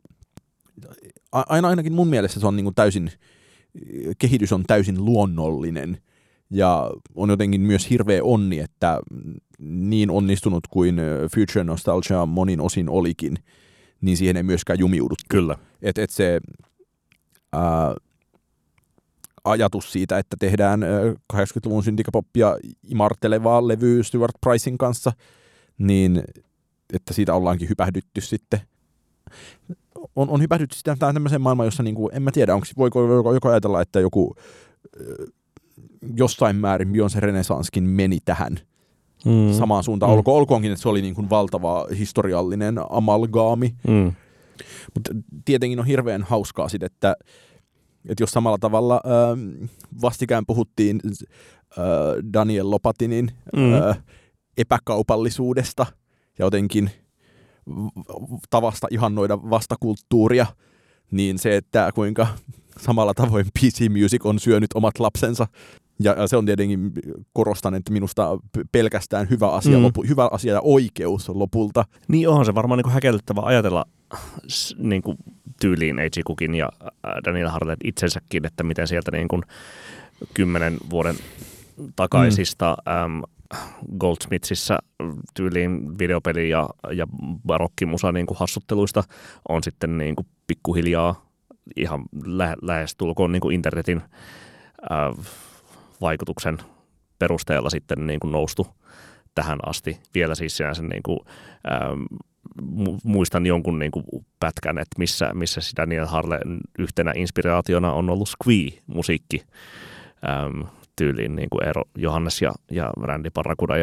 aina ainakin mun mielestä se on niin kuin täysin, kehitys on täysin luonnollinen. Ja on jotenkin myös hirveä onni, että niin onnistunut kuin Future Nostalgia monin osin olikin, niin siihen ei myöskään jumiuduttu. Kyllä. Että et se ää, ajatus siitä, että tehdään kahdeksankymmentäluvun syntikapoppia imartelevaa levyä Stuart Pricein kanssa, niin että siitä ollaankin hypähdytty sitten. On, on hypähdytty sitten tämmöiseen maailmaan, jossa niinku, en mä tiedä, onko, voiko joko ajatella, että joku jossain määrin Beyoncé Renaissancekin meni tähän mm. samaan suuntaan. Mm. Olko, olkoonkin, että se oli niin kuin valtava historiallinen amalgaami. Mm. Mutta tietenkin on hirveän hauskaa sit, että, että jos samalla tavalla äh, vastikään puhuttiin äh, Daniel Lopatinin mm. äh, epäkaupallisuudesta ja jotenkin tavasta ihannoida vastakulttuuria, niin se, että kuinka samalla tavoin P C Music on syönyt omat lapsensa. Ja se on tietenkin, korostan, että minusta pelkästään hyvä asia, mm. lopu, hyvä asia ja oikeus lopulta. Niin onhan se varmaan niin kuin häkellyttävä ajatella niin kuin tyyliin A G Cookin ja Daniel Harlet itsensäkin, että miten sieltä niin kuin kymmenen vuoden takaisista mm. äm, Goldsmithsissä tyyliin videopeli ja, ja barokkimusa niin kuin hassutteluista on sitten niin kuin pikkuhiljaa ihan lä- lähestulkoon niin kuin internetin äh, vaikutuksen perusteella sitten niin kuin noustu tähän asti. Vielä siis sinänsä niin kuin, ähm, muistan jonkun niin kuin pätkän, että missä, missä sitä Daniel Harlen yhtenä inspiraationa on ollut Squee-musiikki ähm, tyyliin niin kuin Eero Johannes ja, ja Randy Barracuda ja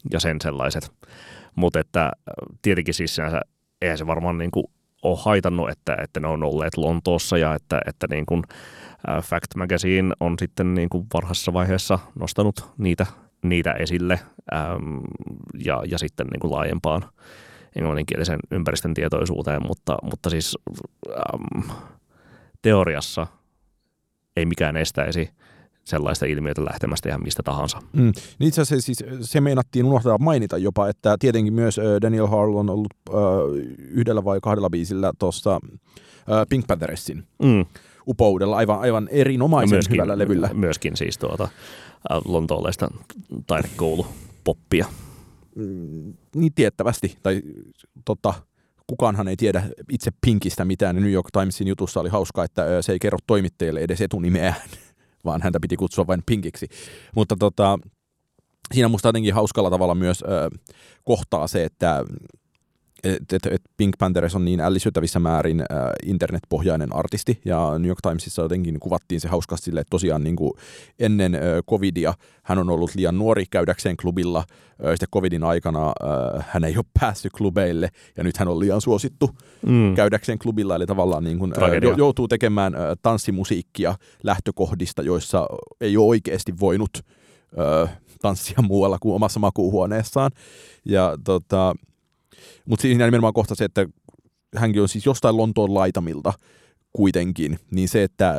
ja sen sellaiset. Mutta että tietenkin siis sinänsä, eihän se varmaan niin kuin ole haitannut, että, että ne on olleet Lontoossa ja että, että niin kuin Fact Magazine on sitten niin kuin varhaisessa vaiheessa nostanut niitä, niitä esille äm, ja, ja sitten niin kuin laajempaan englanninkielisen ympäristön tietoisuuteen, mutta, mutta siis äm, teoriassa ei mikään estäisi sellaista ilmiötä lähtemästä ihan mistä tahansa. Mm. Niin itse asiassa siis se meinattiin unohtaa mainita jopa, että tietenkin myös Daniel Harl on ollut äh, yhdellä vai kahdella biisillä tuossa äh, Pink Pantheressin mm. upoudella aivan, aivan erinomaisen myöskin, hyvällä levyllä. Myöskin siis tuota äh, lontoolaista taidekoulupoppia. Mm, niin tiettävästi, tai tota, kukaanhan ei tiedä itse Pinkistä mitään. New York Timesin jutussa oli hauska, että se ei kerro toimittajille edes etunimeään, vaan häntä piti kutsua vain Pinkiksi. Mutta tota, siinä musta jotenkin hauskalla tavalla myös äh, kohtaa se, että et, et, et Pink Panthers on niin ällistyttävissä määrin äh, internetpohjainen artisti, ja New York Timesissa jotenkin kuvattiin se hauskasti sille, että tosiaan niin kuin ennen äh, covidia hän on ollut liian nuori käydäkseen klubilla, äh, sitten covidin aikana äh, hän ei ole päässyt klubeille, ja nyt hän on liian suosittu mm. käydäkseen klubilla, eli tavallaan niin kuin, äh, joutuu tekemään äh, tanssimusiikkia lähtökohdista, joissa ei ole oikeasti voinut äh, tanssia muualla kuin omassa makuuhuoneessaan, ja tota mutta siinä nimenomaan kohta se, että hänkin on siis jostain Lontoon laitamilta kuitenkin, niin se, että,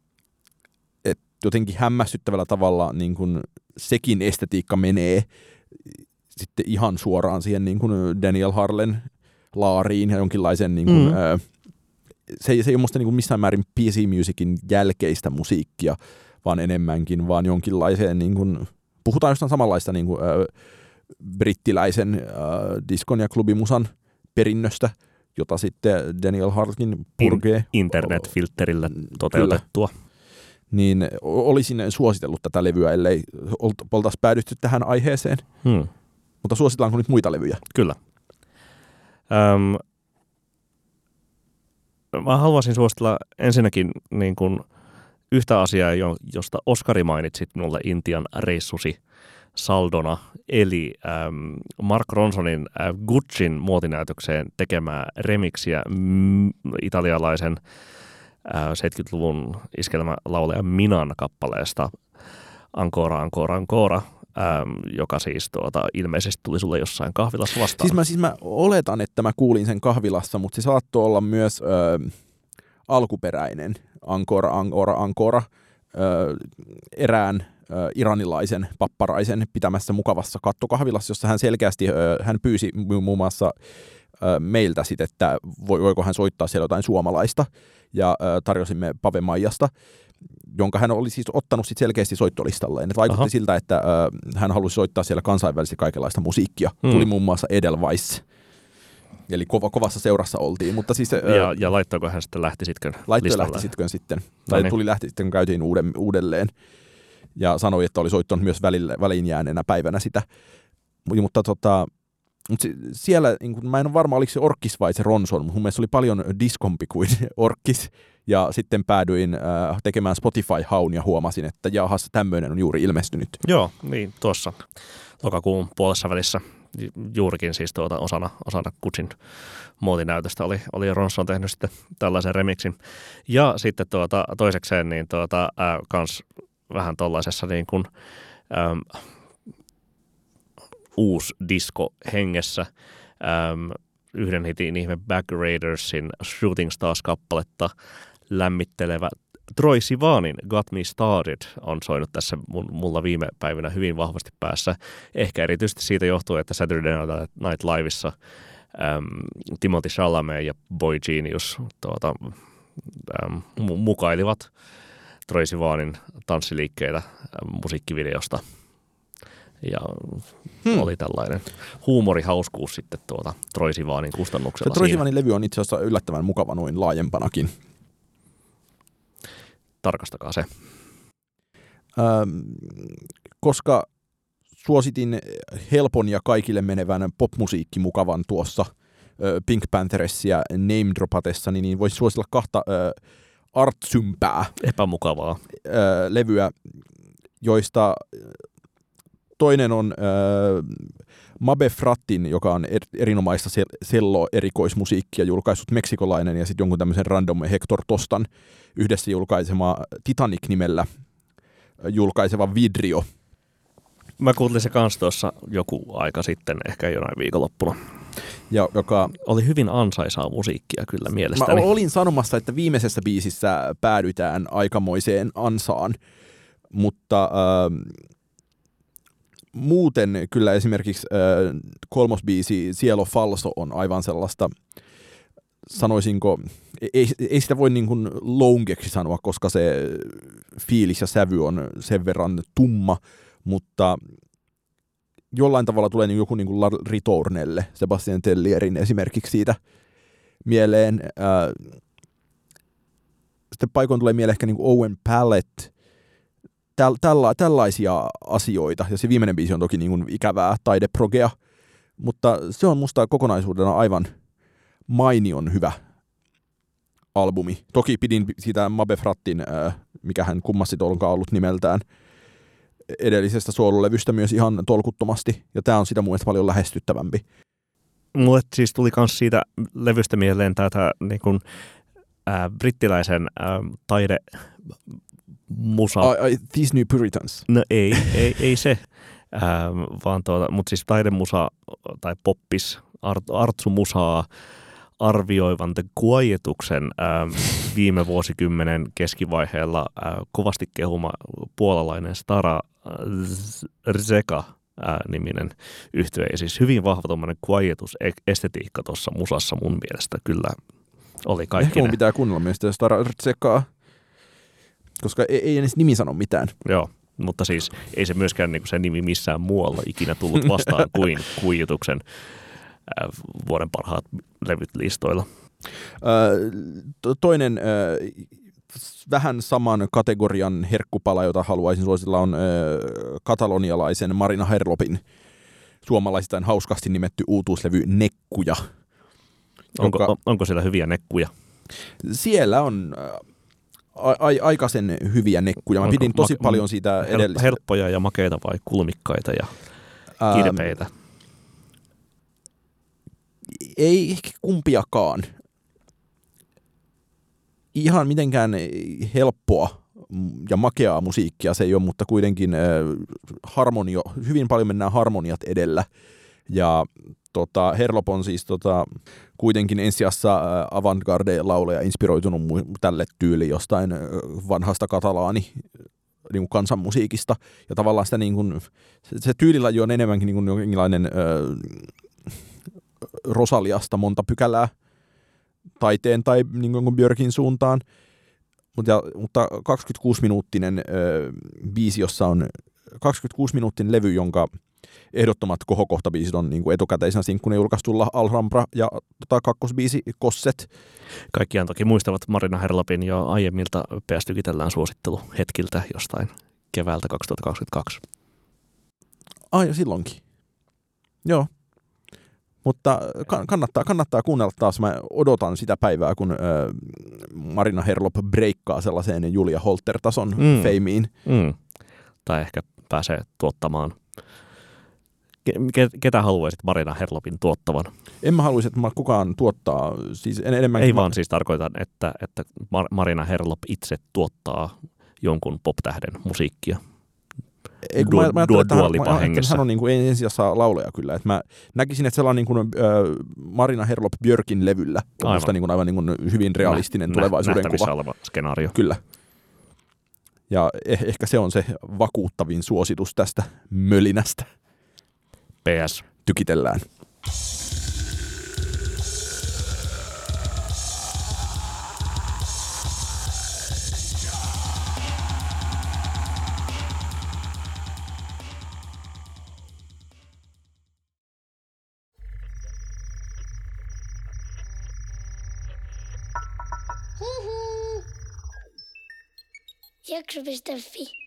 että jotenkin hämmästyttävällä tavalla niin kun sekin estetiikka menee sitten ihan suoraan siihen niin kun Daniel Harlen laariin ja jonkinlaisen, niin kun, mm. ää, se, se ei ole musta niin kun missään määrin P C Musicin jälkeistä musiikkia, vaan enemmänkin vaan jonkinlaiseen, niin kun, puhutaan jostain samanlaista niin kun, ää, brittiläisen äh, diskon ja klubimusan perinnöstä, jota sitten Daniel Harkin purkee. In, internetfilterillä toteutettua. Kyllä. Niin olisin suositellut tätä levyä, ellei oltaisi päädytty tähän aiheeseen. Hmm. Mutta suositellaanko nyt muita levyjä? Kyllä. Öm, mä haluaisin suositella ensinnäkin niin kuin yhtä asiaa, josta Oskari mainitsit minulle Intian reissusi saldona, eli ähm, Mark Ronsonin äh, Guccin muotinäytökseen tekemää remixiä mm, italialaisen äh, seitsemänkymmentäluvun iskelmälaulaja Minan kappaleesta Ancora, Ancora, Ancora, ähm, joka siis tuota, ilmeisesti tuli sulle jossain kahvilassa vastaan. Siis mä, siis mä oletan, että mä kuulin sen kahvilassa, mutta se saattoi olla myös äh, alkuperäinen Ancora, Ancora, Ancora äh, erään iranilaisen papparaisen pitämässä mukavassa kattokahvilassa, jossa hän selkeästi, hän pyysi muun muassa meiltä sit, että voiko hän soittaa siellä jotain suomalaista, ja tarjosimme Pave Maijasta, jonka hän oli siis ottanut sit selkeästi soittolistalleen. Et vaikutti Aha. siltä, että hän halusi soittaa siellä kansainvälisesti kaikenlaista musiikkia. Hmm. Tuli muun muassa Edelweiss, eli kova, kovassa seurassa oltiin. Mutta siis, ja, ja laittoiko hän sitten lähtisitkön Laittoi lähtisitkön sitten, tai no niin. tuli lähtisitkön, käytiin uuden, uudelleen. Ja sanoi, että oli soittanut myös välille, väliin jääneenä päivänä sitä. Mutta tota, mutta siellä, niin mä en ole varma, oliko se Orkkis vai se Ronson, mutta mun mielestä oli paljon diskompi kuin Orkkis. Ja sitten päädyin äh, tekemään Spotify-haun ja huomasin, että jahas, tämmöinen on juuri ilmestynyt. Joo, niin tuossa lokakuun puolessa välissä juurikin siis tuota osana, osana Guccin muotinäytöstä oli, oli Ronson tehnyt sitten tällaisen remixin. Ja sitten tuota, toisekseen niin tuota, äh, kans vähän tollaisessa niin kuin ähm, uusi disco hengessä. Ähm, yhden hitin ihme Back Raidersin Shooting Stars-kappaletta lämmittelevä Troye Sivanin Got Me Started on soinut tässä mulla viime päivinä hyvin vahvasti päässä. Ehkä erityisesti siitä johtuu, että Saturday Night Liveissa ähm, Timothée Chalamet ja Boy Genius tuota, ähm, mukailivat Troye Sivanin tanssiliikkeitä musiikkivideosta. Ja hmm. oli tällainen huumorihauskuus sitten tuota Troye Sivanin kustannuksella. Troye Sivanin levy on itse asiassa yllättävän mukava noin laajempanakin. Tarkastakaa se. Ähm, koska suositin helpon ja kaikille menevän popmusiikkimukavan tuossa äh, Pink Pantheressia name dropatessani, niin voisi suositella kahta äh, artsympää epämukavaa äh, levyä, joista toinen on äh, Mabe Frattin, joka on er, erinomaista sello-erikoismusiikkia julkaissut meksikolainen, ja sitten jonkun tämmöisen random Hector Tostan yhdessä julkaisema Titanic-nimellä julkaiseva Vidrio. Mä kuulin se kans tuossa joku aika sitten, ehkä jonain viikonloppuna. Ja joka oli hyvin ansaisaa musiikkia kyllä mielestäni. Mä olin sanomassa, että viimeisessä biisissä päädytään aikamoiseen ansaan, mutta äh, muuten kyllä esimerkiksi äh, kolmosbiisi Cielo Falso on aivan sellaista, sanoisinko, ei, ei sitä voi niin kuin loungeksi sanoa, koska se fiilis ja sävy on sen verran tumma, mutta jollain tavalla tulee niin joku niin kuin La Ritornelle, Sebastian Tellierin esimerkiksi siitä mieleen. Äh, sitten paikoin tulee mieleen ehkä niin kuin Owen Pallet, Täl, tälla, tällaisia asioita, ja se viimeinen biisi on toki niin kuin ikävää taideprogea, mutta se on musta kokonaisuudena aivan mainion hyvä albumi. Toki pidin siitä Mabe Frattin, äh, mikä hän kummasti olkaan ollut nimeltään, edellisestä soololevystä myös ihan tolkuttomasti, ja tämä on sitä mun mielestä paljon lähestyttävämpi. Mulle siis tuli myös siitä levystä mieleen tätä niin kuin, äh, brittiläisen äh, taide musa. Uh, uh, These New Puritans. No ei, ei, ei se, ähm, vaan tuota, mutta siis taidemusa tai poppis, art, artsumusaa arvioivan The Quietuksen ähm, viime vuosikymmenen keskivaiheella äh, kovasti kehuma puolalainen Stara Rzeka äh, niminen yhtye. Ja siis hyvin vahva tuommoinen quietus-estetiikka tuossa musassa mun mielestä kyllä oli kaikki. Ehkä mun pitää kuunnella myös Stara Rzekaa, koska ei, ei edes nimi sano mitään. Joo, mutta siis ei se myöskään niin kuin se nimi missään muualla ikinä tullut vastaan kuin Quietuksen äh, vuoden parhaat levyt listoilla. Äh, toinen äh, vähän saman kategorian herkkupala, jota haluaisin suositella, on äh, katalonialaisen Marina Herlopin suomalaisittain hauskasti nimetty uutuuslevy Nekkuja. Onko, joka, on, onko siellä hyviä nekkuja? Siellä on äh, a, a, aikaisen hyviä nekkuja. Mä onko pidin tosi ma- paljon siitä edellisestä. Helppoja ja makeita vai kulmikkaita ja kirpeitä? Ähm, ei ehkä kumpiakaan. Ihan mitenkään helppoa ja makeaa musiikkia se ei ole, mutta kuitenkin äh, harmonio, hyvin paljon mennään harmoniat edellä. Ja tota, Herlop on siis tota, kuitenkin ensiassa äh, avantgarde-lauleja inspiroitunut mu- tälle tyyliin jostain äh, vanhasta katalaani niin kuin kansanmusiikista. Ja tavallaan sitä niin kuin, se, se tyylilaju on enemmänkin niin kuin jonkinlainen äh, Rosaliasta monta pykälää taiteen tai niin kuin Björkin suuntaan. Mut ja, mutta kaksikymmentäkuusi-minuuttinen äh, biisi, jossa on kaksikymmentäkuusi-minuuttinen levy, jonka ehdottomat kohokohtabiisit on niin kuin etukäteisenä sinkkuna julkaistulla Alhambra ja tota, kakkosbiisi Kosset. Kaikkiaan toki muistavat Marina Herlopin jo aiemmilta P S Tykitellään suositteluhetkiltä jostain keväältä kaksituhattakaksikymmentäkaksi. Ai, silloinkin. Joo. Mutta kannattaa, kannattaa kuunnella taas. Mä odotan sitä päivää, kun ö, Marina Herlop breikkaa sellaiseen Julia Holter-tason mm. feimiin. Mm. Tai ehkä pääsee tuottamaan. Ketä haluaisit Marina Herlopin tuottavan? En mä haluaisi, että kukaan tuottaa. Siis en enemmänkin Ei vaan mä... siis tarkoitan, että, että Marina Herlop itse tuottaa jonkun pop-tähden musiikkia. Ei, kun mä, mä ajattelin, että hän, hän, hän on niin kuin ensisijassa laulaja kyllä. Et mä näkisin, että sellainen niin kuin, äh, Marina Herlop Björkin levyllä on aivan, musta niin kuin, aivan niin kuin hyvin realistinen Nä, tulevaisuuden kuva. Oleva skenaario. Kyllä. Ja eh, ehkä se on se vakuuttavin suositus tästä mölinästä. P S. Tykitellään. Jakso piste fi